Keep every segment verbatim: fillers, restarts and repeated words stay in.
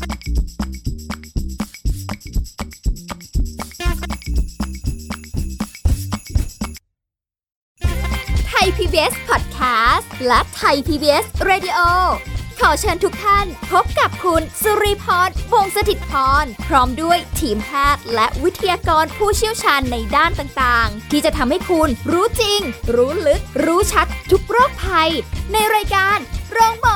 ไทย พี บี เอส Podcast และไทย พี บี เอส Radio ขอเชิญทุกท่านพบกับคุณสุริพร วงศ์สถิตพรพร้อมด้วยทีมแพทย์และวิทยากรผู้เชี่ยวชาญในด้านต่างๆที่จะทำให้คุณรู้จริงรู้ลึกรู้ชัดทุกโรคภัยในรายการโรงหมอ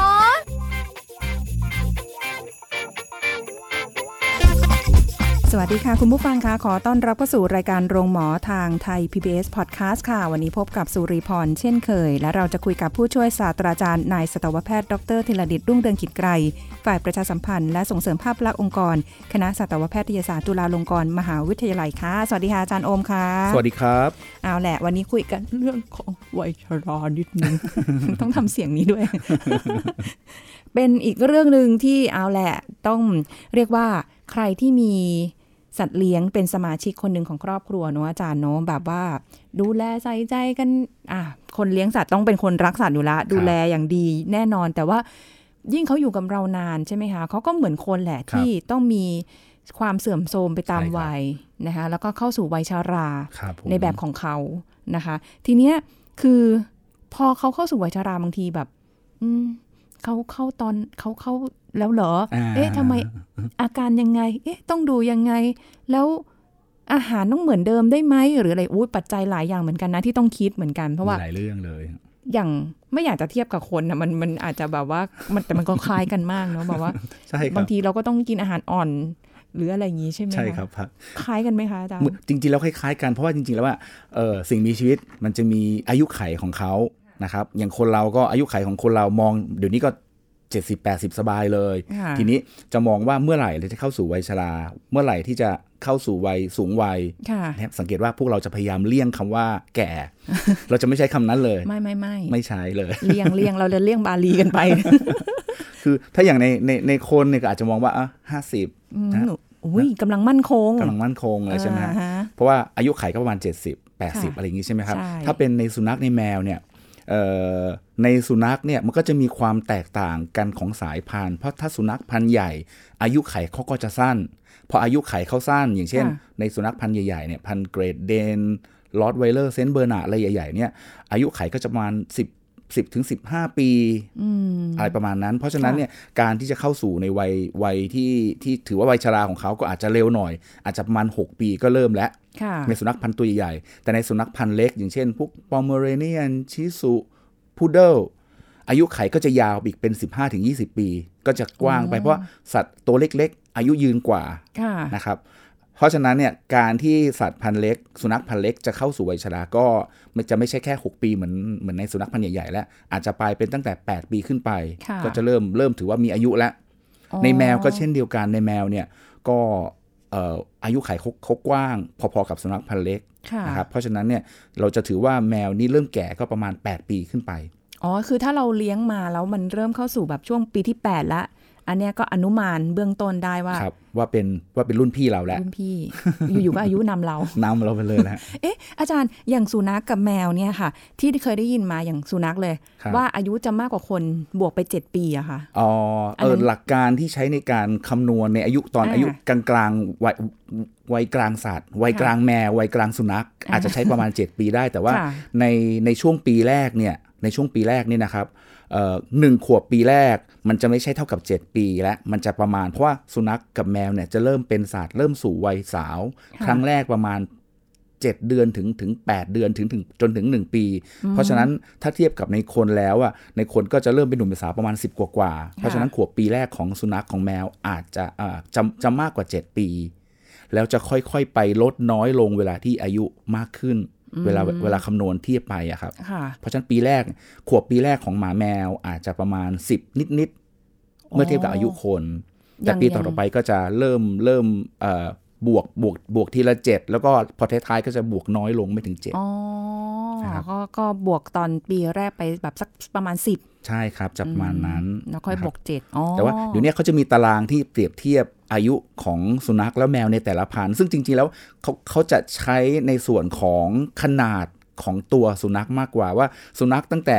สวัสดีค่ะคุณผู้ฟังคะขอต้อนรับเข้าสู่รายการโรงหมอทางไทย พี บี เอส Podcast ค่ะวันนี้พบกับสุริพรเช่นเคยและเราจะคุยกับผู้ช่วยศาสตราจารย์นายสัตวแพทย์ดรธีรดิษฐ์รุ่งเรืองกิจไกรฝ่ายประชาสัมพันธ์และส่งเสริมภาพลักษณ์องค์กรคณะสัตวแพทยศาสตร์จุฬาลงกรณ์มหาวิทยาลัยค่ะสวัสดีค่ะอาจารย์โอมค่ะสวัสดีครับเอาแหละวันนี้คุยกันเรื่องของวัยชรานิดนึง ต้องทำเสียงนี้ด้วย เป็นอีกเรื่องนึงที่เอาแหละต้องเรียกว่าใครที่มีสัตว์เลี้ยงเป็นสมาชิกคนหนึ่งของครอบครัวเนาะอาจารย์เนาะแบบว่าดูแลใส่ใจกันอ่ะคนเลี้ยงสัตว์ต้องเป็นคนรักสัตว์อยู่ละดูแลอย่างดีแน่นอนแต่ว่ายิ่งเขาอยู่กับเรานานใช่ไหมคะเขาก็เหมือนคนแหละที่ต้องมีความเสื่อมโทรมไปตามวัยนะคะแล้วก็เข้าสู่วัยชราในแบบของเขานะคะทีเนี้ยคือพอเขาเข้าสู่วัยชราบางทีแบบอืมเขาเข้าตอนเขาเข้าแล้วเหรอเอ๊ะทำไมอาการยังไงเอ๊ะต้องดูยังไงแล้วอาหารต้องเหมือนเดิมได้ไหมหรืออะไรอุ้ยปัจจัยหลายอย่างเหมือนกันนะที่ต้องคิดเหมือนกันเพราะว่าหลายเรื่องเลยอย่างไม่อยากจะเทียบกับคนนะมันมันอาจจะแบบว่ามันแต่มันก็คล้ายกันมากเนาะแบบว่าบางทีเราก็ต้องกินอาหารอ่อนหรืออะไรอย่างนี้ใช่ไหมใช่ครับคล้ายกันไหมคะอาจารย์จริงๆแล้วคล้ายๆกันเพราะว่าจริงๆแล้วว่าเออสิ่งมีชีวิตมันจะมีอายุไขของเขานะครับอย่างคนเราก็อายุไขของคนเรามองเดี๋ยวนี้ก็เจ็ดสิบ แปดสิบสบายเลยทีนี้จะมองว่าเมื่อไหร่เราจะเข้าสู่วัยชราเมื่อไหร่ที่จะเข้าสู่วัยสูงวัยสังเกตว่าพวกเราจะพยายามเลี่ยงคำว่าแก่ เราจะไม่ใช้คำนั้นเลยไม่ไม่ไม่ไม่ใช้เลยเลี่ยงเลี่ยงเราจะเลี่ยงบาลีกันไปคือถ้าอย่างในในในคนเนี่ยก็อาจจะมองว่าอ่ะห้าสิบอุ้ยกำลังมั่นคงกำลังมั่นคงเลยใช่ไหมเพราะว่าอายุไขก็ประมาณเจ็ดสิบ แปดสิบอะไรอย่างงี้ใช่ไหมครับถ้าเป็นในสุนัขในแมวเนี่ยในสุนัขเนี่ยมันก็จะมีความแตกต่างกันของสายพันธุ์เพราะถ้าสุนัขพันธุ์ใหญ่อายุไขเขาก็จะสั้นพออายุไขเขาสั้นอย่างเช่นในสุนัขพันธุ์ใหญ่ๆเนี่ยพันธุ์เกรดเดนลอตไวเลอร์เซนต์เบอร์นาร์ดอะไรใหญ่ๆเนี่ยอายุไขก็จะประมาณสิบ สิบถึงสิบห้าปีอะไรประมาณนั้นเพราะฉะนั้นเนี่ยการที่จะเข้าสู่ในวัยวัยที่ที่ถือว่าวัยชราของเขาก็อาจจะเร็วหน่อยอาจจะประมาณหกปีก็เริ่มแล้วในสุนัขพันธุ์ตัวใหญ่ๆแต่ในสุนัขพันธุ์เล็กอย่างเช่นพวกปอมเมอเรเนียนชิสุพุดเดิลอายุไขก็จะยาวอีกเป็น สิบห้าถึงยี่สิบ ปีก็จะกว้างไปเพราะสัตว์ตัวเล็กๆอายุยืนกว่านะครับเพราะฉะนั้นเนี่ยการที่สัตว์พันธุ์เล็กสุนัขพันธุ์เล็กจะเข้าสู่วัยชราก็มันจะไม่ใช่แค่หกปีเหมือนเหมือนในสุนัขพันธุ์ใหญ่ๆแล้วอาจจะไปเป็นตั้งแต่แปดปีขึ้นไปก็จะเริ่มเริ่มถือว่ามีอายุแล้วในแมวก็เช่นเดียวกันในแมวเนี่ยก็เอ่ออายุไขเขากว้างพอๆกับสุนัขพันธุ์เล็กนะครับเพราะฉะนั้นเนี่ยเราจะถือว่าแมวนี่เริ่มแก่ก็ประมาณแปดปีขึ้นไปอ๋อคือถ้าเราเลี้ยงมาแล้วมันเริ่มเข้าสู่แบบช่วงปีที่แปดแล้วอันเนี้ยก็อนุมานเบื้องต้นได้ว่าครับว่าเป็นว่าเป็นรุ่นพี่เราแล้วรุ่นพี่ อยู่ๆก็อายุนำเรานำเราไปเลยนะเอ๊ะอาจารย์อย่างสุนัข ก, กับแมวเนี่ยค่ะที่เคยได้ยินมาอย่างสุนัขเลยว่าอายุจะมากกว่าคนบวกไปเจ็ดปีอะค่ะอ๋อเออหลักการที่ใช้ในการคำนวณในอายุตอนอายุกลางๆวัยวัยกลางสัตว์วัยกลางแมววัยกลางสุนัขอาจจะใช้ประมาณเจ็ดปีได้แต่ว่าในในช่วงปีแรกเนี่ยในช่วงปีแรกนี่นะครับเอ่อหนึ่งขวบปีแรกมันจะไม่ใช่เท่ากับเจ็ดปีแล้วมันจะประมาณเพราะว่าสุนัข ก, กับแมวเนี่ยจะเริ่มเป็นสัตว์เริ่มสู่วัยสาวครั้งแรกประมาณเจ็ดเดือนถึงถึงแปดเดือนถึงถึงจนถึงหนึ่งปีเพราะฉะนั้นถ้าเทียบกับในคนแล้วอ่ะในคนก็จะเริ่มเป็นหนุ่มเป็นสาวประมาณสิบกว่าๆเพราะฉะนั้นขวบปีแรกของสุนัขของแมวอาจจะอ่าจะจะมากกว่าเจ็ดปีแล้วจะค่อยๆไปลดน้อยลงเวลาที่อายุมากขึ้นเวลาเวลาคำนวณเทียบไปอะครับเพราะฉะนั้นปีแรกขวบปีแรกของหมาแมวอาจจะประมาณสิบนิดๆเมื่อเทียบกับอายุคนแต่ปีต่อไปก็จะเริ่มเริ่มเอ่อบวกบวกบวกทีละเจ็ดแล้วก็พอท้ายๆก็จะบวกน้อยลงไม่ถึงเจ็ดอ๋อก็ก็บวกตอนปีแรกไปแบบสักประมาณสิบใช่ครับจะประมาณนั้นแล้วค่อยบวกเจ็ดแต่ว่าเดี๋ยวนี้เขาจะมีตารางที่เปรียบเทียบอายุของสุนัขแล้วแมวในแต่ละพันธุ์ซึ่งจริงๆแล้วเขาเขาจะใช้ในส่วนของขนาดของตัวสุนัขมากกว่าว่าสุนัขตั้งแต่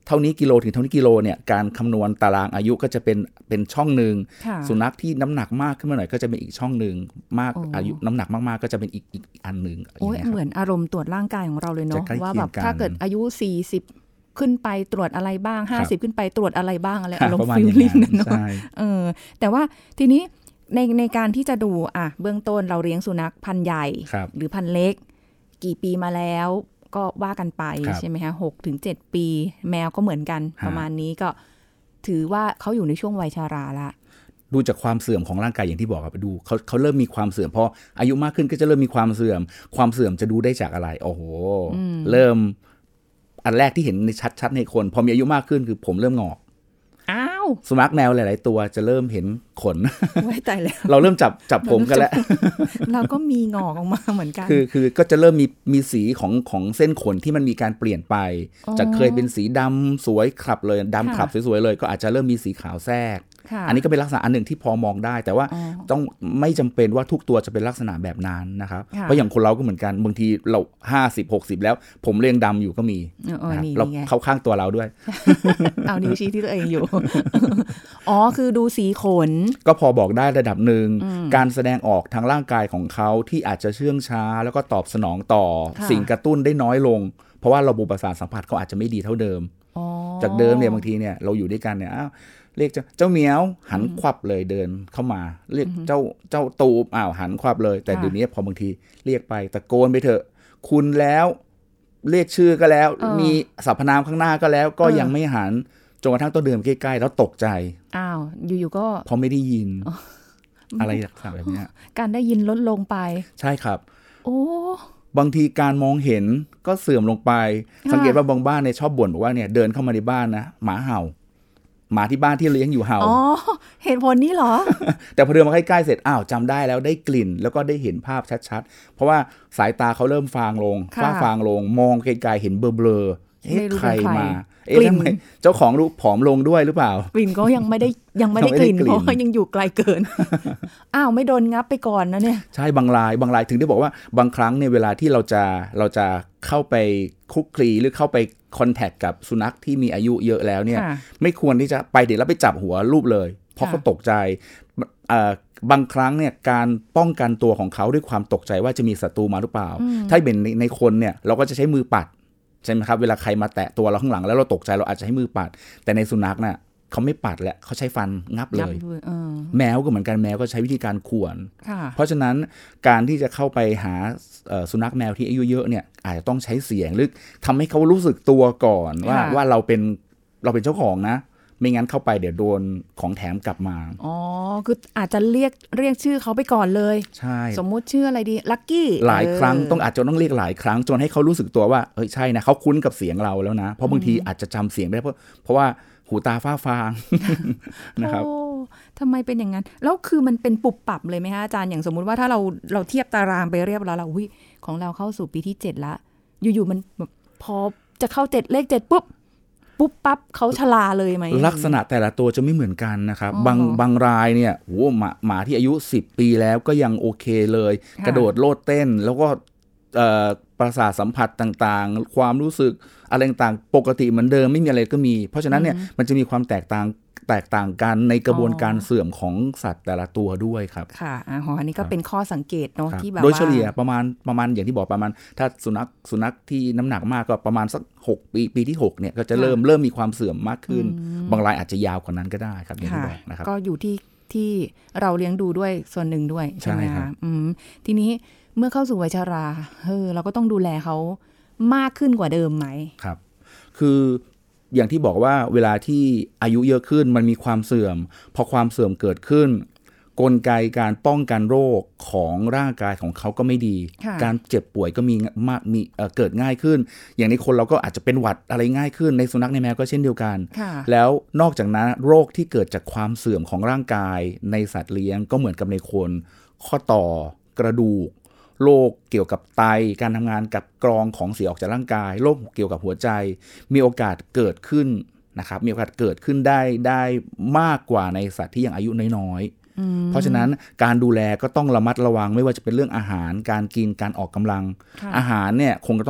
เท่านี้กิโลถึงเท่านี้กิโลเนี่ยการคำนวณตารางอายุก็จะเป็นเป็นช่องนึงสุนัขที่น้ำหนักมากขึ้นมาหน่อยก็จะเป็นอีกช่องนึงมากอายุน้ำหนักมากๆก็จะเป็นอีกอีกอันนึงโอ้ยเหมือนอารมณ์ตรวจร่างกายของเราเลยเนาะว่าแบบถ้าเกิดอายุสี่สิบขึ้นไปตรวจอะไรบ้างห้าสิบขึ้นไปตรวจอะไรบ้างอะไรอารมณ์ฟีลลิ่งเนาะเออแต่ว่าทีนี้ในในการที่จะดูอ่ะเบื้องต้นเราเลี้ยงสุนัขพันธุ์ใหญ่หรือพันธุ์เล็กกี่ปีมาแล้วก็ว่ากันไปใช่ไหมคะหกถึงเจ็ดปีแมวก็เหมือนกันประมาณนี้ก็ถือว่าเขาอยู่ในช่วงวัยชราละดูจากความเสื่อมของร่างกายอย่างที่บอกครับดูเขาเขาเริ่มมีความเสื่อมพออายุมากขึ้นก็จะเริ่มมีความเสื่อมความเสื่อมจะดูได้จากอะไรโอ้โหเริ่มอันแรกที่เห็นในชัดๆในคนพอมีอายุมากขึ้นคือผมเริ่มงอกอ้าวสุนัขแมวหลายๆตัวจะเริ่มเห็นขนไว้ตายแล้วเราเริ่มจับจับผมกันแล้วเราก็มีงอกออกมาเหมือนกันคือคือก็จะเริ่มมีมีสีของของเส้นขนที่มันมีการเปลี่ยนไปจากเคยเป็นสีดำสวยขลับเลยดำขลับสวยๆเลยก็อาจจะเริ่มมีสีขาวแทรกอันนี้ก็เป็นลักษณะอันหนึ่งที่พอมองได้แต่ว่าต้องไม่จำเป็นว่าทุกตัวจะเป็นลักษณะแบบนั้นนะครับเพราะอย่างคนเราก็เหมือนกันบางทีเราห้าสิบ หกสิบแล้วผมเรียงดำอยู่ก็มีเราเข้าข้างตัวเราด้วยเอานิ้วชี้ที่ตัวเองอยู่อ๋อคือดูสีขนก็พอบอกได้ระดับหนึ่งการแสดงออกทางร่างกายของเขาที่อาจจะเชื่องช้าแล้วก็ตอบสนองต่อสิ่งกระตุ้นได้น้อยลงเพราะว่าระบบประสาทสัมผัสเขาอาจจะไม่ดีเท่าเดิมจากเดิมเนี่ยบางทีเนี่ยเราอยู่ด้วยกันเนี่ยเรียกเจ้าเหมียวหันควับเลยเดินเข้ามาเรียกเจ้าเจ้าตูบอ้าวหันควับเลยแต่เดี๋ยวนี้พอบางทีเรียกไปตะโกนไปเถอะคุณแล้วเรียกชื่อก็แล้วมีสรรพนามข้างหน้าก็แล้วก็ยังไม่หันจนกระทั่งตัวเดิมใกล้ๆแล้วตกใจอ้าวอยู่ๆก็พอไม่ได้ยินอะไรลักษณะแบบนี้การได้ยินลดลงไปใช่ครับโอ้บางทีการมองเห็นก็เสื่อมลงไปสังเกตว่าบางบ้านเนี่ยชอบบ่นบอกว่าเนี่ยเดินเข้ามาในบ้านนะหมาเห่าหมาที่บ้านที่เลี้ยงอยู่เห่าอ๋อเหตุผลนี้เหรอแต่พอเดินมาใกล้ๆเสร็จอ้าวจำได้แล้วได้กลิ่นแล้วก็ได้เห็นภาพชัดๆเพราะว่าสายตาเขาเริ่มฟางลงฟ้าฟางลงมองไกลๆเห็นเบลอๆเอ๊ะใครมาเอ๊ะทำไมเจ้าของรู้ผอมลงด้วยหรือเปล่ากลิ่นก็ยังไม่ได้ยังไม่ได้กลิ่นเพราะยังอยู่ไกลเกินอ้าวไม่โดนงับไปก่อนนะเนี่ยใช่บางรายบางรายถึงได้บอกว่าบางครั้งเนี่ยเวลาที่เราจะเราจะเข้าไปคลุกคลีหรือเข้าไปคอนแทคกับสุนัขที่มีอายุเยอะแล้วเนี่ยไม่ควรที่จะไปเดี๋ยวแล้วไปจับหัวลูบเลยเพราะเขาตกใจบางครั้งเนี่ยการป้องกันตัวของเขาด้วยความตกใจว่าจะมีศัตรูมาหรือเปล่าถ้าเป็นในคนเนี่ยเราก็จะใช้มือปัดใช่ไหมครับเวลาใครมาแตะตัวเราข้างหลังแล้วเราตกใจเราอาจจะให้มือปัดแต่ในสุนัขน่ะเขาไม่ปัดแหละเขาใช้ฟันงับเลยแมวก็เหมือนกันแมวก็ใช้วิธีการข่วนเพราะฉะนั้นการที่จะเข้าไปหาสุนัขแมวที่อายุเยอะเนี่ยอาจจะต้องใช้เสียงหรือทำให้เขารู้สึกตัวก่อนว่าว่าเราเป็นเราเป็นเจ้าของนะไม่งั้นเข้าไปเดี๋ยวโดนของแถมกลับมาอ๋อคืออาจจะเรียกเรียกชื่อเขาไปก่อนเลยใช่สมมุติชื่ออะไรดีลักกี้หลายครั้งต้องอาจจะต้องเรียกหลายครั้งจนให้เขารู้สึกตัวว่าเอ้ยใช่นะเขาคุ้นกับเสียงเราแล้วนะเพราะบางทีอาจจะจำเสียงได้เพราะเพราะว่าหูตาฟ้าฟางนะครับโอ้ทำไมเป็นอย่างนั้นแล้วคือมันเป็นปุบปับเลยไหมคะอาจารย์อย่างสมมุติว่าถ้าเราเราเทียบตารางไปเรียบร้อยแล้วอุ้ยของเราเข้าสู่ปีที่เจ็ดละอยู่ๆมันแบบพอจะเข้าเจ็ดเลขเจ็ดปุ๊บปุ๊บปั๊บเขาชราเลยไหมลักษณะแต่ละตัวจะไม่เหมือนกันนะครับบางบางรายเนี่ยโหหมาหมาที่อายุสิบปีแล้วก็ยังโอเคเลยกระโดดโลดเต้นแล้วก็ประสาทสัมผัสต่างๆความรู้สึกอะไรต่างๆปกติเหมือนเดิมไม่มีอะไรก็มีเพราะฉะนั้นเนี่ยมันจะมีความแตกต่างแตกต่างกันในกระบวนการเสื่อมของสัตว์แต่ละตัวด้วยครับค่ะอ๋ออันนี้ก็เป็นข้อสังเกตเนาะที่แบบโดยเฉลี่ยประมาณประมาณอย่างที่บอกประมาณถ้าสุนัขสุนัขที่น้ำหนักมากก็ประมาณสักหกปีปีที่หกเนี่ยก็จะเริ่มเริ่มมีความเสื่อมมากขึ้นบางรายอาจจะยาวกว่านั้นก็ได้ครับอย่างที่บอกนะครับก็อยู่ที่ที่เราเลี้ยงดูด้วยส่วนหนึ่งด้วยใช่ไหมคะทีนี้เมื่อเข้าสู่วัยชราเออเราก็ต้องดูแลเขามากขึ้นกว่าเดิมไหมครับคืออย่างที่บอกว่าเวลาที่อายุเยอะขึ้นมันมีความเสื่อมพอความเสื่อมเกิดขึ้นกลไกการป้องกันโรคของร่างกายของเขาก็ไม่ดีการเจ็บป่วยก็มีมากมีเอ่อเกิดง่ายขึ้นอย่างในคนเราก็อาจจะเป็นหวัดอะไรง่ายขึ้นในสุนัขในแมวก็เช่นเดียวกันแล้วนอกจากนั้นโรคที่เกิดจากความเสื่อมของร่างกายในสัตว์เลี้ยงก็เหมือนกับในคนข้อต่อกระดูกโรคเกี่ยวกับไตการทำงานกับกรองของเสียออกจากร่างกายโรคเกี่ยวกับหัวใจมีโอกาสเกิดขึ้นนะครับมีโอกาสเกิดขึ้นได้ได้มากกว่าในสัตว์ที่ยังอายุน้อยๆเพราะฉะนั้นการดูแลก็ต้องระมัดระวังไม่ว่าจะเป็นเรื่องอาหารการกินการออกกำลังอาหารเนี่ยคงจะต้อง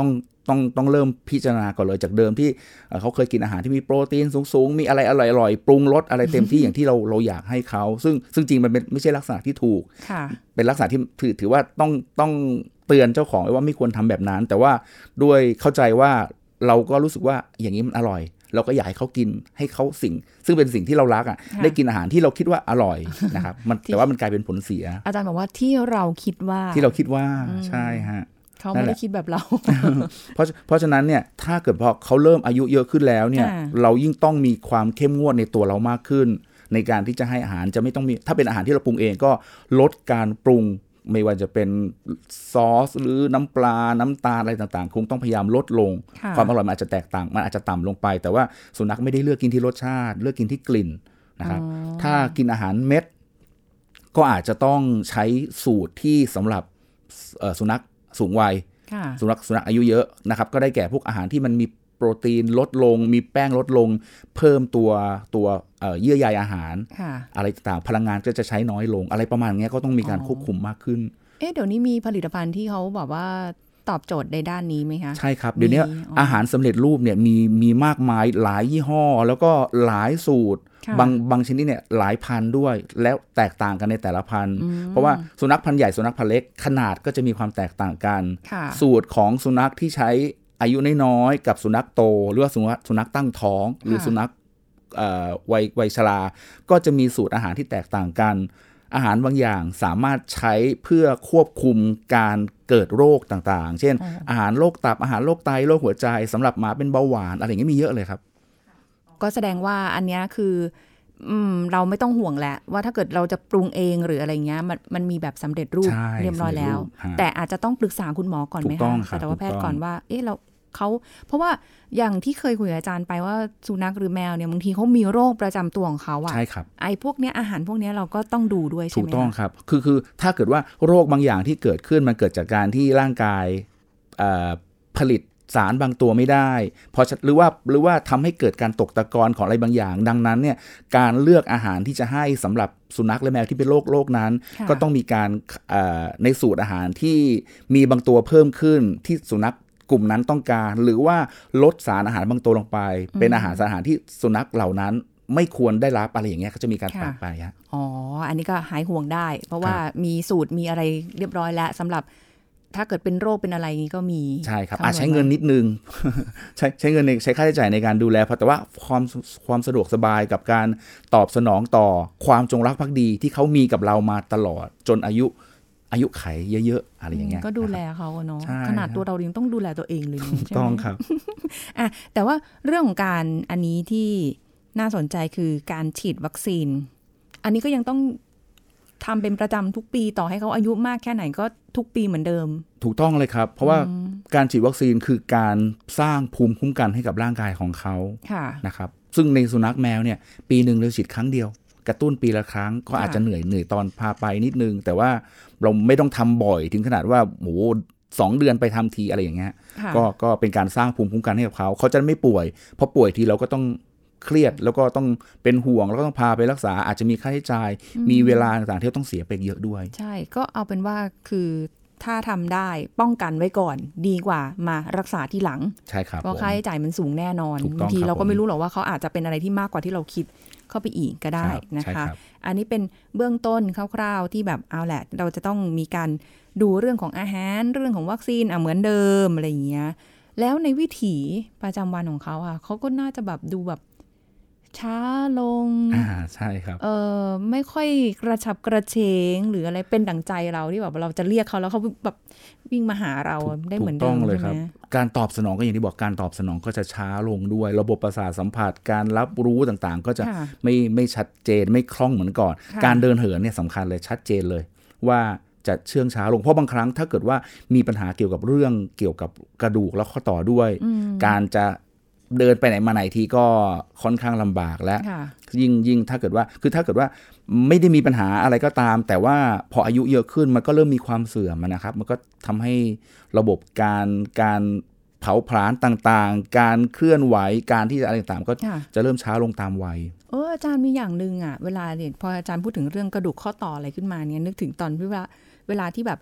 ต้องต้องเริ่มพิจารณาก่อนเลยจากเดิมที่เขาเคยกินอาหารที่มีโปรตีนสูงๆมีอะไรอร่อยๆปรุงรสอะไรเต็มที่ อย่างที่เราเราอยากให้เขาซึ่งซึ่งจริงมันเป็นไม่ใช่ลักษณะที่ถูกเป็นลักษณะที่ถือถือว่าต้องต้องเตือนเจ้าของว่าไม่ควรทำแบบนั้นแต่ว่าด้วยเข้าใจว่าเราก็รู้สึกว่าอย่างนี้มันอร่อยเราก็อยากให้เขากินให้เขาสิ่งซึ่งเป็นสิ่งที่เรารักอ่ะได้กินอาหารที่เราคิดว่าอร่อยนะครับมันแต่ว่ามันกลายเป็นผลเสียอาจารย์บอกว่าที่เราคิดว่าที่เราคิดว่าใช่ฮะเขาไม่ได้คิดแบบเราเพราะเพราะฉะนั้นเนี่ยถ้าเกิดพอเขาเริ่มอายุเยอะขึ้นแล้วเนี่ยเรายิ่งต้องมีความเข้มงวดในตัวเรามากขึ้นในการที่จะให้อาหารจะไม่ต้องมีถ้าเป็นอาหารที่เราปรุงเองก็ลดการปรุงไม่ว่าจะเป็นซอสหรือน้ำปลาน้ำตาลอะไรต่างๆคงต้องพยายามลดลงความอร่อยมันอาจจะแตกต่างมันอาจจะต่ำลงไปแต่ว่าสุนัขไม่ได้เลือกกินที่รสชาติเลือกกินที่กลิ่นนะครับถ้ากินอาหารเม็ดก็อาจจะต้องใช้สูตรที่สำหรับสุนัขสูงวัยสุนัขสุนัขอายุเยอะนะครับก็ได้แก่พวกอาหารที่มันมีโปรตีนลดลงมีแป้งลดลงเพิ่มตัวตัวเยื่อใยอาหารอะไรต่างๆพลังงานก็จะใช้น้อยลงอะไรประมาณนี้ก็ต้องมีการควบคุมมากขึ้นเอ๊ะเดี๋ยวนี้มีผลิตภัณฑ์ที่เขาบอกว่าตอบโจทย์ในด้านนี้ไหมคะใช่ครับเดี๋ยวนี้อาหารสำเร็จรูปเนี่ยมีมีมากมายหลายยี่ห้อแล้วก็หลายสูตรบางบางชนิดเนี่ยหลายพันด้วยแล้วแตกต่างกันในแต่ละพันเพราะว่าสุนัขพันธุ์ใหญ่สุนัขพันธุ์เล็กขนาดก็จะมีความแตกต่างกันสูตรของสุนัขที่ใช้อายุน้อยๆกับสุนัขโตหรือว่าสุนัขสุนัขตั้งท้องหรือสุนัขวัยวัยชราก็จะมีสูตรอาหารที่แตกต่างกันอาหารบางอย่างสามารถใช้เพื่อควบคุมการเกิดโรคต่างๆเช่นอาหารโรคตับอาหารโรคไตโรคหัวใจสำหรับหมาเป็นเบาหวานอะไรอย่างนี้มีเยอะเลยครับก็แสดงว่าอันนี้คืออืมเราไม่ต้องห่วงแหละว่าถ้าเกิดเราจะปรุงเองหรืออะไรเงี้ยมันมันมีแบบสำเร็จรูปเรียบร้อยแล้วแต่อาจจะต้องปรึกษาคุณหมอก่อนไหมคะสัตวแพทย์ก่อนว่าเอ๊ะเราเขาเพราะว่าอย่างที่เคยคุยกับอาจารย์ไปว่าสุนัขหรือแมวเนี่ยบางทีเขามีโรคประจำตัวของเขาอะใช่ครับไอ้พวกเนี้ยอาหารพวกเนี้ยเราก็ต้องดูด้วยใช่ไหมถูกต้องครับคือคือถ้าเกิดว่าโรคบางอย่างที่เกิดขึ้นมันเกิดจากการที่ร่างกายผลิตสารบางตัวไม่ได้พอหรือว่าหรือว่าทำให้เกิดการตกตะกอนของอะไรบางอย่างดังนั้นเนี่ยการเลือกอาหารที่จะให้สำหรับสุนัขและแมวที่เป็นโรคโรคนั้นก็ต้องมีการในสูตรอาหารที่มีบางตัวเพิ่มขึ้นที่สุนัขกลุ่มนั้นต้องการหรือว่าลดสารอาหารบางตัวลงไปเป็นอาหารสารอาหารที่สุนัขเหล่านั้นไม่ควรได้รับอะไรอย่างเงี้ยเขาจะมีการปรับไปฮะอ๋ออันนี้ก็หายห่วงได้เพราะว่ามีสูตรมีอะไรเรียบร้อยแล้วสำหรับถ้าเกิดเป็นโรคเป็นอะไรนี้ก็มีใช่ครับอาจใช้เงินนิดนึง ใช้ใช้เงินในใช้ค่าใช้จ่ายในการดูแลแต่ว่าความความสะดวกสบายกับการตอบสนองต่อความจงรักภักดีที่เขามีกับเรามาตลอดจนอายุอายุไขเยอะๆอะไรอย่างเงี้ยก็ดูแลเขาเนาะขนาดตัวเรายังต้องดูแลตัวเองเลยใช่ไหมต้องครับอ่ะแต่ว่าเรื่องของการอันนี้ที่น่าสนใจคือการฉีดวัคซีนอันนี้ก็ยังต้องทำเป็นประจำทุกปีต่อให้เขาอายุมากแค่ไหนก็ทุกปีเหมือนเดิมถูกต้องเลยครับเพราะว่าการฉีดวัคซีนคือการสร้างภูมิคุ้มกันให้กับร่างกายของเขานะครับซึ่งในสุนัขแมวเนี่ยปีหนึ่งเราฉีดครั้งเดียวกระตุ้นปีละครั้งก็อาจจะเหนื่อยเหนื่อยตอนพาไปนิดนึงแต่ว่าเราไม่ต้องทำบ่อยถึงขนาดว่าโหสองเดือนไปทำทีอะไรอย่างเงี้ยก็ก็เป็นการสร้างภูมิคุ้มกันให้กับเขาเขาจะไม่ป่วยพอป่วยทีเราก็ต้องเครียดแล้วก็ต้องเป็นห่วงแล้วก็ต้องพาไปรักษาอาจจะมีค่าใช้จ่ายมีเวลาต่างๆที่ต้องเสียไปเยอะด้วยใช่ก็เอาเป็นว่าคือถ้าทำได้ป้องกันไว้ก่อนดีกว่ามารักษาที่หลังใช่ครับเพราะค่าใช้จ่ายมันสูงแน่นอนบางทีเราก็ไม่รู้หรอกว่าเขาอาจจะเป็นอะไรที่มากกว่าที่เราคิดเข้าไปอีกก็ได้นะคะอันนี้เป็นเบื้องต้นคร่าวๆที่แบบเอาแหละเราจะต้องมีการดูเรื่องของอาหารเรื่องของวัคซีนอ่ะเหมือนเดิมอะไรอย่างเงี้ยแล้วในวิถีประจำวันของเขาอ่ะเขาก็น่าจะแบบดูแบบช้าลงอ่าใช่ครับเออไม่ค่อยกระฉับกระเฉงหรืออะไรเป็นดั่งใจเราที่แบบเราจะเรียกเขาแล้วเขาแบบวิ่งมาหาเราได้เหมือนเดิมใช่ไหมการตอบสนองก็อย่างที่บอกการตอบสนองก็จะช้าลงด้วยระบบประสาทสัมผัสการรับรู้ต่างๆก็จะไม่ไม่ชัดเจนไม่คล่องเหมือนก่อนการเดินเหินเนี่ยสำคัญเลยชัดเจนเลยว่าจะเชื่องช้าลงเพราะบางครั้งถ้าเกิดว่ามีปัญหาเกี่ยวกับเรื่องเกี่ยวกับกระดูกแล้วข้อต่อด้วยการจะเดินไปไหนมาไหนทีก็ค่อนข้างลำบากและยิ่งยิ่งถ้าเกิดว่าคือถ้าเกิดว่าไม่ได้มีปัญหาอะไรก็ตามแต่ว่าพออายุเยอะขึ้นมันก็เริ่มมีความเสื่อมนะครับมันก็ทำให้ระบบการการเผาผลาญต่างๆการเคลื่อนไหวการที่อะไรต่างๆก็จะเริ่มช้าลงตามวัยเอออาจารย์มีอย่างนึงอ่ะเวลาเนี่ยพออาจารย์พูดถึงเรื่องกระดูกข้อต่ออะไรขึ้นมาเนี่ยนึกถึงตอนที่ว่าเวลาที่แบบ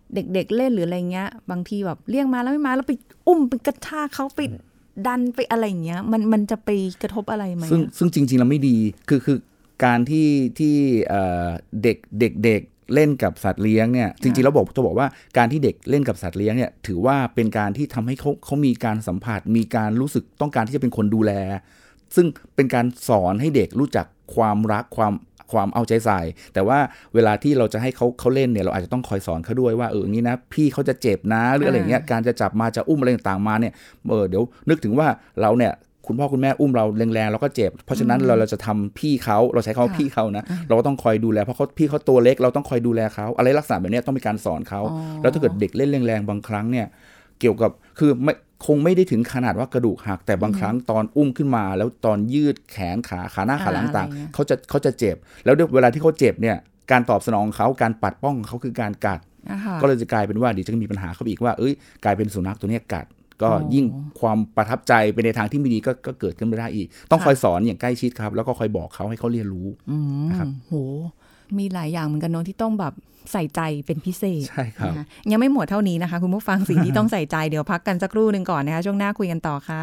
เด็กๆเล่นหรืออะไรเงี้ยบางทีแบบเลี้ยงมาแล้วไม่มาแล้วไปอุ้มไปกระชากเขาไปดันไปอะไรเงี้ยมันมันจะไปกระทบอะไรไหมซึ่งซึ่งจริงๆแล้วไม่ดีคือคือการที่ที่เด็กเด็กเด็กเล่นกับสัตว์เลี้ยงเนี่ยจริงๆแล้วบอกจะบอกว่าการที่เด็กเล่นกับสัตว์เลี้ยงเนี่ยถือว่าเป็นการที่ทำให้เขาเขามีการสัมผัสมีการรู้สึกต้องการที่จะเป็นคนดูแลซึ่งเป็นการสอนให้เด็กรู้จักความรักความความเอาใจใส่แต่ว่าเวลาที่เราจะให้เขาเขาเล่นเนี่ยเราอาจจะต้องคอยสอนเขาด้วยว่าเอออย่างนี้นะพี่เขาจะเจ็บนะหรืออะไรเงี้ยการจะจับมาจะอุ้มอะไรต่างๆมาเนี่ยเออเดี๋ยวนึกถึงว่าเราเนี่ยคุณพ่อคุณแม่อุ้มเราแรงๆเราก็เจ็บเพราะฉะนั้นเราเราจะทำพี่เขาเราใช้คำว่าพี่เขานะเราก็ต้องคอยดูแลเพราะเขาพี่เขาตัวเล็กเราต้องคอยดูแลเขาอะไรลักษณะแบบนี้ต้องมีการสอนเขาแล้วถ้าเกิดเด็กเล่นแรงๆบางครั้งเนี่ยเกี่ยวกับคือไม่คงไม่ได้ถึงขนาดว่ากระดูกหักแต่บางครั้งตอนอุ้มขึ้นมาแล้วตอนยืดแขนขาขาหน้าขาหลังต่างเขาจะเขาจะเจ็บแล้วเวลาที่เขาเจ็บเนี่ยการตอบสนองเขาการปัดป้องเขาคือการกัดก็เลยจะกลายเป็นว่าเดี๋ยวจะมีปัญหาเขาอีกว่าเอ้ยกลายเป็นสุนัขตัวนี้กัดก็ยิ่งความประทับใจไปในทางที่ไม่ดีก็ก็เกิดขึ้นไม่ได้อีกต้องคอยสอนอย่างใกล้ชิดครับแล้วก็คอยบอกเขาให้เขาเรียนรู้นะครับโหมีหลายอย่างเหมือนกันเนาะที่ต้องแบบใส่ใจเป็นพิเศษใช่ครับยังไม่หมดเท่านี้นะคะคุณผู้ฟังสิ่งที่ต้องใส่ใจเดี๋ยวพักกันสักครู่นึงก่อนนะคะช่วงหน้าคุยกันต่อค่ะ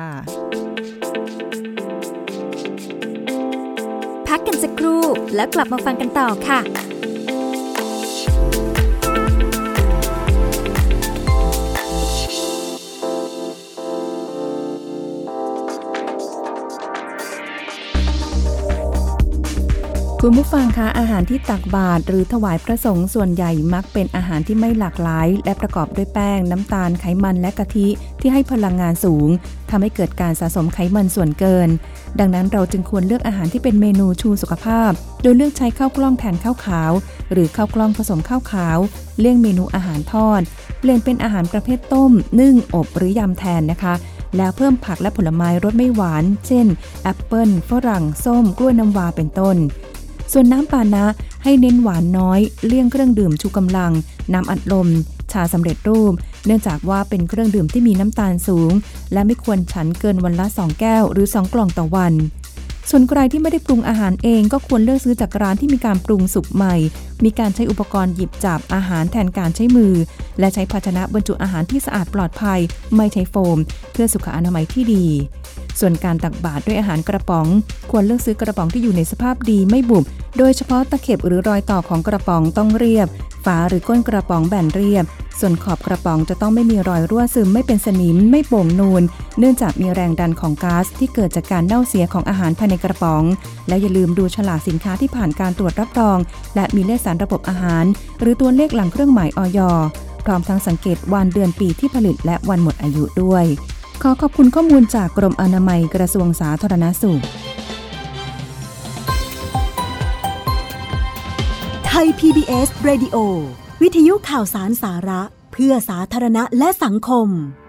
พักกันสักครู่แล้วกลับมาฟังกันต่อค่ะคุณผู้ฟังคะอาหารที่ตักบาตรหรือถวายพระสงฆ์ส่วนใหญ่มักเป็นอาหารที่ไม่หลากหลายและประกอบด้วยแป้งน้ำตาลไขมันและกะทิที่ให้พลังงานสูงทำให้เกิดการสะสมไขมันส่วนเกินดังนั้นเราจึงควรเลือกอาหารที่เป็นเมนูชูสุขภาพโดยเลือกใช้ข้าวกล้องแทนข้าวขาวหรือข้าวกล้องผสมข้าวขาวเลี่ยงเมนูอาหารทอดเปลี่ยนเป็นอาหารประเภทต้มนึ่งอบหรือยำแทนนะคะแล้วเพิ่มผักและผลไม้รสไม่หวานเช่นแอปเปิ้ลฝรั่งส้มกล้วยน้ำว้าเป็นต้นส่วนน้ำปานะให้เน้นหวานน้อยเลี่ยงเครื่องดื่มชูกำลังน้ำอัดลมชาสำเร็จรูปเนื่องจากว่าเป็นเครื่องดื่มที่มีน้ำตาลสูงและไม่ควรฉันเกินวันละสองแก้วหรือสองกล่องต่อวันส่วนใครที่ไม่ได้ปรุงอาหารเองก็ควรเลือกซื้อจากร้านที่มีการปรุงสุกใหม่มีการใช้อุปกรณ์หยิบจับอาหารแทนการใช้มือและใช้ภาชนะบรรจุอาหารที่สะอาดปลอดภัยไม่ใช้โฟมเพื่อสุขอนามัยที่ดีส่วนการตักบาตรด้วยอาหารกระป๋องควรเลือกซื้อกระป๋องที่อยู่ในสภาพดีไม่บุบโดยเฉพาะตะเข็บหรือรอยต่อของกระป๋องต้องเรียบฝาหรือก้นกระป๋องแบนเรียบส่วนขอบกระป๋องจะต้องไม่มีรอยรั่วซึมไม่เป็นสนิมไม่โป่งนูนเนื่องจากมีแรงดันของก๊าซที่เกิดจากการเน่าเสียของอาหารภายในกระป๋องและอย่าลืมดูฉลากสินค้าที่ผ่านการตรวจรับรองและมีเลขสารระบบอาหารหรือตัวเลขหลังเครื่องหมายอย.พร้อมทั้งสังเกตวันเดือนปีที่ผลิตและวันหมดอายุด้วยขอขอบคุณข้อมูลจากกรมอนามัยกระทรวงสาธารณสุขไทย พี บี เอส Radio วิทยุข่าวสารสาระเพื่อสาธารณะและสังคม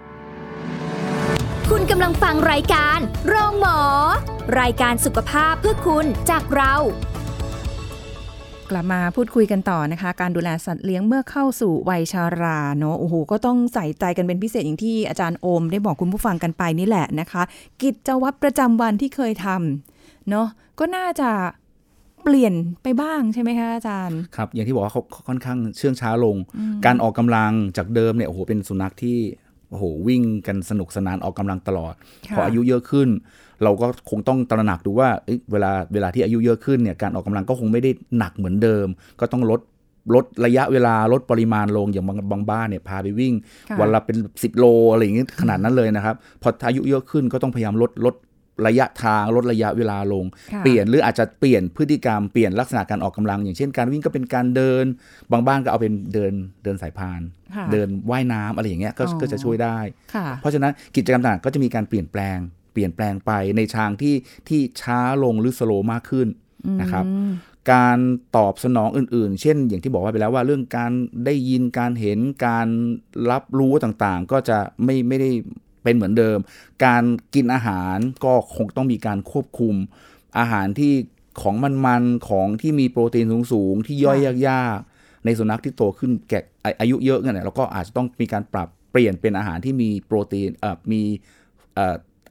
คุณกำลังฟังรายการโรงหมอรายการสุขภาพเพื่อคุณจากเรากลับมาพูดคุยกันต่อนะคะการดูแลสัตว์เลี้ยงเมื่อเข้าสู่วัยชราเนาะโอ้โหก็ต้องใส่ใจกันเป็นพิเศษอย่างที่อาจารย์โอมได้บอกคุณผู้ฟังกันไปนี่แหละนะคะกิจวัตรประจำวันที่เคยทำเนาะก็น่าจะเปลี่ยนไปบ้างใช่ไหมคะอาจารย์ครับอย่างที่บอกว่าเขาค่อนข้างเชื่องช้าลงการออกกำลังจากเดิมเนี่ยโอ้โหเป็นสุนัขที่โอ้โหวิ่งกันสนุกสนานออกกำลังตลอดพออายุเยอะขึ้นเราก็คงต้องตระหนักดูว่าเวลาเวลาที่อายุเยอะขึ้นเนี่ยการออกกำลังก็คงไม่ได้หนักเหมือนเดิมก็ต้องลดลดระยะเวลาลดปริมาณลงอย่างบางบางบ้านเนี่ยพาไปวิ่งวันละเป็นสิบโลอะไรอย่างงี้ขนาดนั้นเลยนะครับพออายุเยอะขึ้นก็ต้องพยายามลดลดระยะทางลดระยะเวลาลงเปลี่ยนหรืออาจจะเปลี่ยนพฤติกรรมเปลี่ยนลักษณะการออกกำลังอย่างเช่นการวิ่งก็เป็นการเดินบางบ้านก็เอาเป็นเดินเดินสายพานเดินว่ายน้ำอะไรอย่างเงี้ย ก, ก็จะช่วยได้เพราะฉะนั้นกิจกรรมต่างก็จะมีการเปลี่ยนแปลงเปลี่ยนแปลงไปในทางที่ที่ช้าลงหรือสโลว์มากขึ้นนะครับการตอบสนองอื่นๆเช่นอย่างที่บอกว่าไปแล้วว่าเรื่องการได้ยินการเห็นการรับรู้ต่างๆก็จะไม่ไม่ได้เป็นเหมือนเดิมการกินอาหารก็คงต้องมีการควบคุมอาหารที่ของมันๆของที่มีโปรตีนสูงๆที่ย่อยยากๆในสุนัขที่โตขึ้นแก่อายุเยอะเนี่ยเราก็อาจจะต้องมีการปรับเปลี่ยนเป็นอาหารที่มีโปรตีนเอ่อมีเอ่อ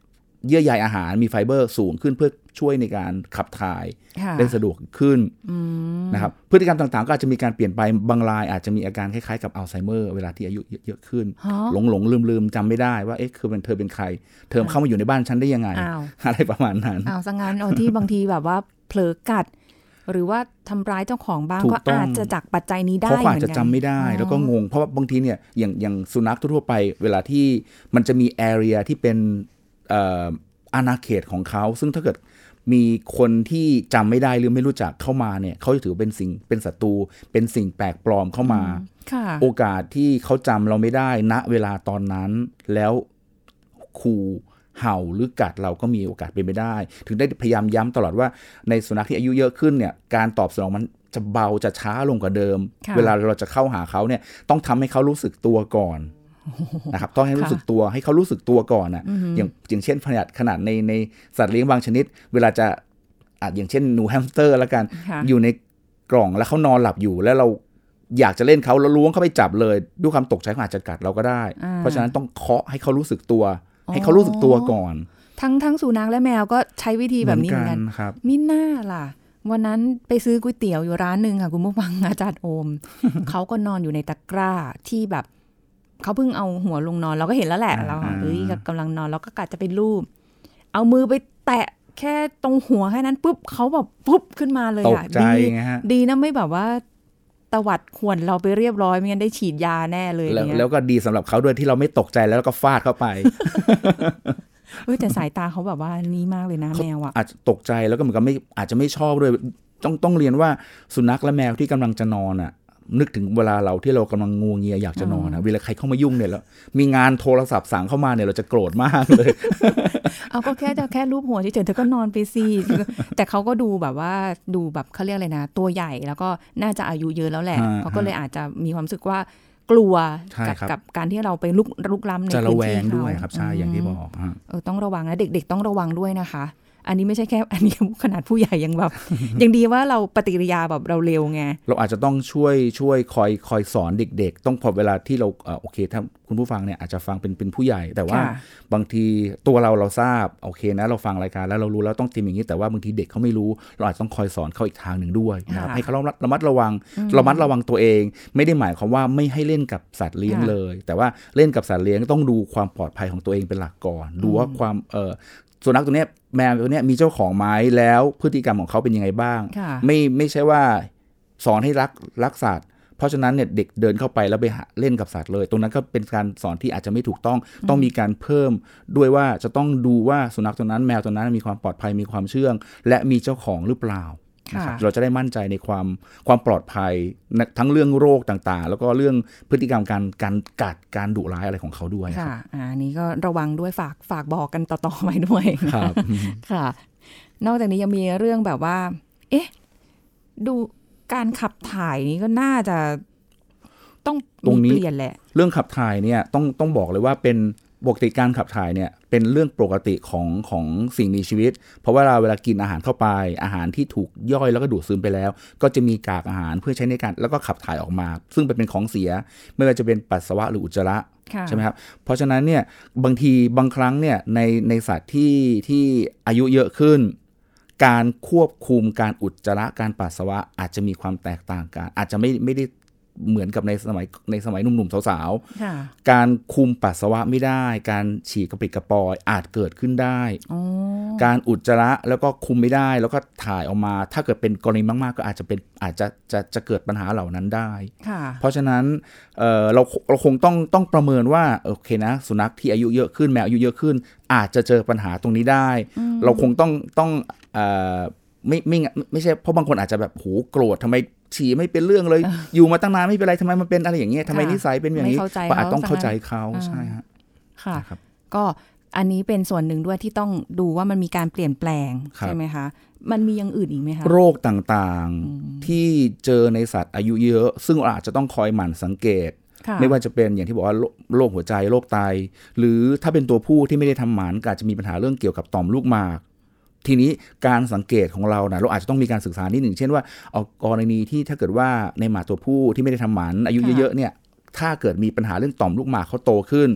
เยื่อใยอาหารมีไฟเบอร์สูงขึ้นเพื่อช่วยในการขับถ่ายได้สะดวกขึ้นนะครับพฤติกรรมต่างๆก็อาจจะมีการเปลี่ยนไปบางรายอาจจะมีอาการคล้ายๆกับอัลไซเมอร์เวลาที่อายุเยอะขึ้นหลงหลงลืมลืมจำไม่ได้ว่าเอ๊ะคือเป็นเธอเป็นใครเธอเข้ามาอยู่ในบ้านฉันได้ยังไงอะไรประมาณนั้นอ้าวซะงั้นเอาที่บางทีแบบว่าเผลอกัดหรือว่าทำร้ายเจ้าของบ้างก็อาจจะจากปัจจัยนี้ได้เหมือนกันเขาอาจจะจำไม่ได้แล้วก็งงเพราะว่าบางทีเนี่ยอย่างอย่างสุนัขทั่วไปเวลาที่มันจะมีแอเรียที่เป็นอาณาเขตของเขาซึ่งถ้าเกิดมีคนที่จำไม่ได้หรือไม่รู้จักเข้ามาเนี่ยเขาจะถือเป็นสิ่งเป็นศัตรูเป็นสิ่งแปลกปลอมเข้ามาโอกาสที่เขาจำเราไม่ได้ณเวลาตอนนั้นแล้วขู่เห่าหรือกัดเราก็มีโอกาสเป็นไปได้ถึงได้พยายามย้ำตลอดว่าในสุนัขที่อายุเยอะขึ้นเนี่ยการตอบสนองมันจะเบาจะช้าลงกว่าเดิมเวลาเราจะเข้าหาเขาเนี่ยต้องทำให้เขารู้สึกตัวก่อนนะครับต้องให้รู้สึกตัวให้เขารู้สึกตัวก่อนนะอย่างอย่างเช่นขนาดขนาดในในสัตว์เลี้ยงบางชนิดเวลาจะอาจอย่างเช่นหนูแฮมสเตอร์แล้วกันอยู่ในกล่องแล้วเขานอนหลับอยู่แล้วเราอยากจะเล่นเขาแล้วล้วงเข้าไปจับเลยด้วยความตกใจเขาอาจจะกัดเราก็ได้เพราะฉะนั้นต้องเคาะให้เขารู้สึกตัวให้เขารู้สึกตัวก่อนทั้งทั้งสุนัขและแมวก็ใช้วิธีแบบนี้เหมือนกันมิน่าล่ะวันนั้นไปซื้อก๋วยเตี๋ยวอยู่ร้านนึงค่ะคุณผู้ฟังอาจารย์โอม เขาก็นอนอยู่ในตะกร้าที่แบบเขาเพิ่งเอาหัวลงนอนเราก็เห็นแล้วแหละเราเฮ้ยกำลังนอนเราก็กะจะไปลูบเอามือไปแตะแค่ตรงหัวแค่นั้นปุ๊บเขาแบบปุ๊บขึ้นมาเลยอ่ะดีดีนะไม่แบบว่าตวัดข่วนเราไปเรียบร้อยไม่งั้นได้ฉีดยาแน่เลยเนี่ยแล้วก็ดีสำหรับเขาด้วยที่เราไม่ตกใจแล้วก็ฟาดเข้าไปเฮ้ยแต่สายตาเขาแบบว่านี้มากเลยนะแมวอ่ะอาจจะตกใจแล้วก็เหมือนกับไม่อาจจะไม่ชอบด้วยต้องต้องเรียนว่าสุนัขและแมวที่กำลังจะนอนอ่ะนึกถึงเวลาเราที่เรากำลังงัวเงียอยากจะนอนนะเวลาใครเข้ามายุ่งเนี่ยแล้วมีงานโทรศัพท์สั่งเข้ามาเนี่ยเราจะโกรธมากเลยเอาก็แค่จะแค่รูปหัวเฉยๆเธอก็นอนไปสิแต่เขาก็ดูแบบว่าดูแบบเขาเรียกอะไรนะตัวใหญ่แล้วก็น่าจะอายุเยอะแล้วแหละเขาก็เลยอาจจะมีความรู้สึกว่ากลัวกับกับการที่เราไปลุกลุกล้ำในพื้นที่เขาด้วยครับใช่อย่างที่บอกเออต้องระวังนะเด็กๆต้องระวังด้วยนะคะอันนี้ไม่ใช่แค่อันนี้ขนาดผู้ใหญ่ยังแบบ ยังดีว่าเราปฏิกิริยาแบบเราเร็วไงเราอาจจะต้องช่วยช่วยคอยคอยสอนเด็กๆต้องพอเวลาที่เราเออโอเคถ้าคุณผู้ฟังเนี่ยอาจจะฟังเป็นเป็นผู้ใหญ่แต่ว่าบางทีตัวเราเราทราบโอเคนะเราฟังรายการแล้วเรารู้แล้วต้องเตรียมอย่างนี้แต่ว่าบางทีเด็กเขาไม่รู้เราอาจจะต้องคอยสอนเขาอีกทางหนึ่งด้วยนะครับให้เขาระมัดระวังระมัดระวังตัวเองไม่ได้หมายความว่าไม่ให้เล่นกับสัตว์เลี้ยงเลยแต่ว่าเล่นกับสัตว์เลี้ยงต้องดูความปลอดภัยของตัวเองเป็นหลักก่อนดูว่าความเออสุนัขตัวเนี้ยแมวตัวเนี้ยมีเจ้าของไหมแล้วพฤติกรรมของเขาเป็นยังไงบ้างไม่ไม่ใช่ว่าสอนให้รักรักสัตว์เพราะฉะนั้นเนี่ยเด็กเดินเข้าไปแล้วไปเล่นกับสัตว์เลยตรงนั้นก็เป็นการสอนที่อาจจะไม่ถูกต้องต้องมีการเพิ่มด้วยว่าจะต้องดูว่าสุนัขตัวนั้นแมวตัวนั้นมีความปลอดภัยมีความเชื่องและมีเจ้าของหรือเปล่านะครับเราจะได้มั่นใจในความความปลอดภัยทั้งเรื่องโรคต่างๆแล้วก็เรื่องพฤติกรรมการการกัดการดุร้ายอะไรของเขาด้วยค่ะอันนี้ก็ระวังด้วยฝากฝากบอกกันต่อๆไปด้วยครับค่ะนอกจากนี้ยังมีเรื่องแบบว่าเอ๊ะดูการขับถ่ายนี้ก็น่าจะต้องมีเปลี่ยนแหละเรื่องขับถ่ายเนี่ยต้องต้องบอกเลยว่าเป็นปกติการขับถ่ายเนี่ยเป็นเรื่องปกติของของสิ่งมีชีวิตเพราะว่าเราเวลากินอาหารเข้าไปอาหารที่ถูกย่อยแล้วก็ดูดซึมไปแล้วก็จะมีกากอาหารเพื่อใช้ในการแล้วก็ขับถ่ายออกมาซึ่งเป็นของเสียไม่ว่าจะเป็นปัสสาวะหรืออุจจาระใช่ไหมครับเพราะฉะนั้นเนี่ยบางทีบางครั้งเนี่ยในในสัตว์ที่ที่อายุเยอะขึ้นการควบคุมการอุจจาระการปัสสาวะอาจจะมีความแตกต่างกันอาจจะไม่ไม่ได้เหมือนกับในสมัยในสมัยหนุ่มๆสาวๆการคุมปัสสาวะไม่ได้การฉี่กระปริดกระปอยอาจเกิดขึ้นได้การอุจจาระแล้วก็คุมไม่ได้แล้วก็ถ่ายออกมาถ้าเกิดเป็นกรณีมากๆก็อาจจะเป็นอาจจะจะจะเกิดปัญหาเหล่านั้นได้เพราะฉะนั้น เอ่อ เราเราคงต้องต้องประเมินว่าโอเคนะสุนัขที่อายุเยอะขึ้นแมวอายุเยอะขึ้นอาจจะเจอปัญหาตรงนี้ได้เราคงต้องต้องเอ่อไม่ไม่ไม่ใช่เพราะบางคนอาจจะแบบโหโกรธทำไมฉี่ไม่เป็นเรื่องเลยอยู่มาตั้งนานไม่เป็นไรทำไมมันเป็นอะไรอย่างเงี้ยทำไมนิสัยเป็นอย่างนี้ก็อาจต้องเข้าใจเขาใช่ฮะค่ะก็อันนี้เป็นส่วนหนึ่งด้วยที่ต้องดูว่ามันมีการเปลี่ยนแปลงใช่ไหมคะมันมีอย่างอื่นอีกไหมคะโรคต่างๆที่เจอในสัตว์อายุเยอะซึ่งอาจจะต้องคอยหมั่นสังเกตไม่ว่าจะเป็นอย่างที่บอกว่าโรคหัวใจโรคไตหรือถ้าเป็นตัวผู้ที่ไม่ได้ทำหมันก็อาจจะมีปัญหาเรื่องเกี่ยวกับต่อมลูกหมากทีนี้การสังเกตของเรานะเราอาจจะต้องมีการศึกษานิดหนึ่งเช่นว่าเอากรณีที่ถ้าเกิดว่าในหมาตัวผู้ที่ไม่ได้ทำหมันอายุเยอะๆเนี่ยถ้าเกิดมีปัญหาเรื่องต่อมลูกหมากเขาโตขึ้น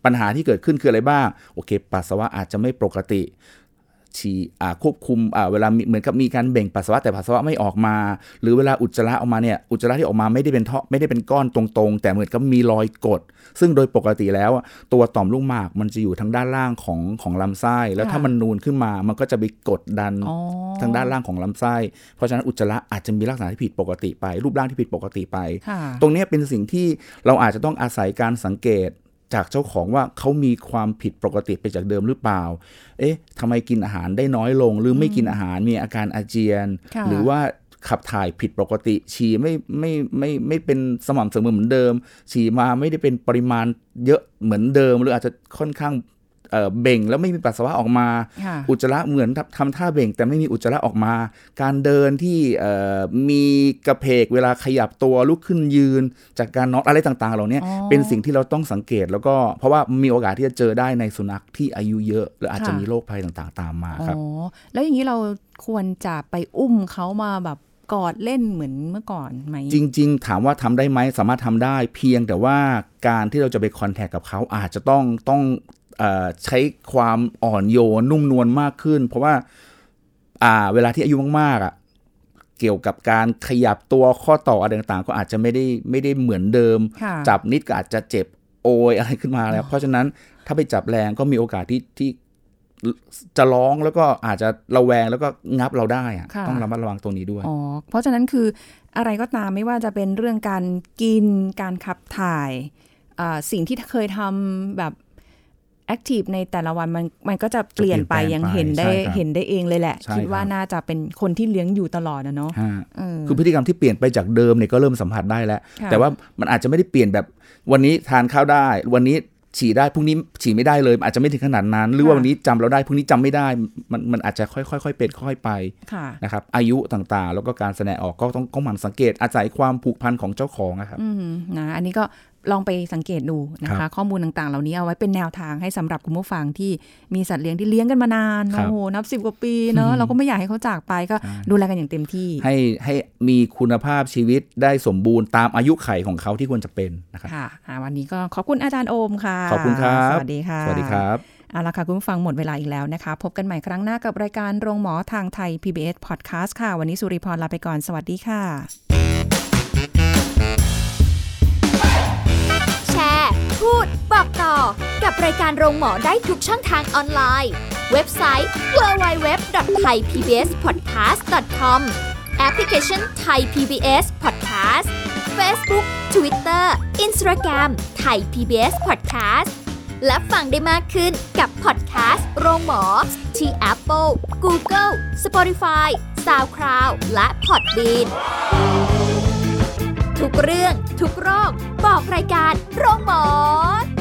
ปัญหาที่เกิดขึ้นคืออะไรบ้างโอเคปัสสาวะอาจจะไม่ปกติฉี่อ่าควบคุมอ่าเวลาเหมือนกับมีการเบ่งปัสสาวะแต่ปัสสาวะไม่ออกมาหรือเวลาอุจจาระออกมาเนี่ยอุจจาระที่ออกมาไม่ได้เป็นท่อไม่ได้เป็นก้อนตรงๆแต่เหมือนกับมีรอยกดซึ่งโดยปกติแล้วตัวต่อมลูกหมากมันจะอยู่ทางด้านล่างของของลำไส้แล้วถ้ามันนูนขึ้นมามันก็จะไปกดดันทางด้านล่างของลำไส้เพราะฉะนั้นอุจจาระอาจจะมีลักษณะที่ผิดปกติไปรูปร่างที่ผิดปกติไปตรงนี้เป็นสิ่งที่เราอาจจะต้องอาศัยการสังเกตจากเจ้าของว่าเขามีความผิดปกติไปจากเดิมหรือเปล่าเอ๊ะทำไมกินอาหารได้น้อยลงหรือไม่กินอาหารมีอาการอาเจียนหรือว่าขับถ่ายผิดปกติฉี่ไม่ไม่ไม่ไม่เป็นสม่ำเสมอเหมือนเดิมฉี่มาไม่ได้เป็นปริมาณเยอะเหมือนเดิมหรืออาจจะค่อนข้างเอ่อเบ่งแล้วไม่มีปัสสาวะออกมาอุจจาระเหมือนทำท่าเบ่งแต่ไม่มีอุจจาระออกมาการเดินที่เอ่อมีกระเพกเวลาขยับตัวลุกขึ้นยืนจากการนอนอะไรต่างๆเหล่านี้เป็นสิ่งที่เราต้องสังเกตแล้วก็เพราะว่ามีโอกาสที่จะเจอได้ในสุนัขที่อายุเยอะหรืออาจจะมีโรคภัยต่างๆตามมาครับอ๋อแล้วอย่างนี้เราควรจะไปอุ้มเขามาแบบกอดเล่นเหมือนเมื่อก่อนไหมจริงๆถามว่าทำได้ไหมสามารถทำได้เพียงแต่ว่าการที่เราจะไปคอนแทคกับเขาอาจจะต้องต้องใช้ความอ่อนโยนนุ่มนวลมากขึ้นเพราะว่าอ่าเวลาที่อายุมากๆอ่ะเกี่ยวกับการขยับตัวข้อต่ออะไรต่างๆก็อาจจะไม่ได้ไม่ได้เหมือนเดิมจับนิดก็อาจจะเจ็บโอยอะไรขึ้นมาแล้วเพราะฉะนั้นถ้าไปจับแรงก็มีโอกาสที่ที่จะร้องแล้วก็อาจจะระแวงแล้วก็งับเราได้อ่ะต้องระมัดระวังตรงนี้ด้วยอ๋อเพราะฉะนั้นคืออะไรก็ตามไม่ว่าจะเป็นเรื่องการกินการขับถ่ายสิ่งที่เคยทำแบบแอคทีฟในแต่ละวันมันมันก็จะเปลี่ยนไปยังเห็นได้เห็นได้เองเลยแหละคิดว่าน่าจะเป็นคนที่เลี้ยงอยู่ตลอดนะเนาะคือพฤติกรรมที่เปลี่ยนไปจากเดิมเนี่ยก็เริ่มสัมผัสได้แล้วแต่ว่ามันอาจจะไม่ได้เปลี่ยนแบบวันนี้ทานข้าวได้วันนี้ฉี่ได้พรุ่งนี้ฉี่ไม่ได้เลยอาจจะไม่ถึงขนาดนั้นหรือว่าวันนี้จำเราได้พรุ่งนี้จำไม่ได้มันมันอาจจะค่อยๆเป็นค่อยๆไปนะครับอายุต่างๆแล้วก็การแสดงออกก็ต้องต้องหมั่นสังเกตอาศัยความผูกพันของเจ้าของนะครับนะอันนี้ก็ลองไปสังเกตดูนะคะข้อมูลต่างๆเหล่านี้เอาไว้เป็นแนวทางให้สำหรับคุณผู้ฟังที่มีสัตว์เลี้ยงที่เลี้ยงกันมานานโอ้โหนับสิบกว่าปีเนอะเราก็ไม่อยากให้เขาจากไปก็ดูแลกันอย่างเต็มที่ให้ให้มีคุณภาพชีวิตได้สมบูรณ์ตามอายุไขของเขาที่ควรจะเป็นนะครับค่ะวันนี้ก็ขอบคุณอาจารย์โอมค่ะขอบคุณครับสวัสดีค่ะสวัสดีครับเอาล่ะค่ะคุณผู้ฟังหมดเวลาอีกแล้วนะคะพบกันใหม่ครั้งหน้ากับรายการโรงหมอทางไทย พี บี เอส Podcast ค่ะวันนี้สุริพรลาไปก่อนสวัสดีค่ะพูดบอกต่อกับรายการโรงหมอได้ทุกช่องทางออนไลน์เว็บไซต์ ดับเบิลยู ดับเบิลยู ดับเบิลยู ดอท ไทยพีบีเอสพอดแคสต์ ดอท คอม แอปพลิเคชัน Thai พี บี เอส Podcast Facebook Twitter Instagram Thai พี บี เอส Podcast และฟังได้มากขึ้นกับพอดแคสต์โรงหมอที่ Apple, Google, Spotify, SoundCloud และ Podbeanทุกเรื่องทุกโรคบอกรายการโรงหมอ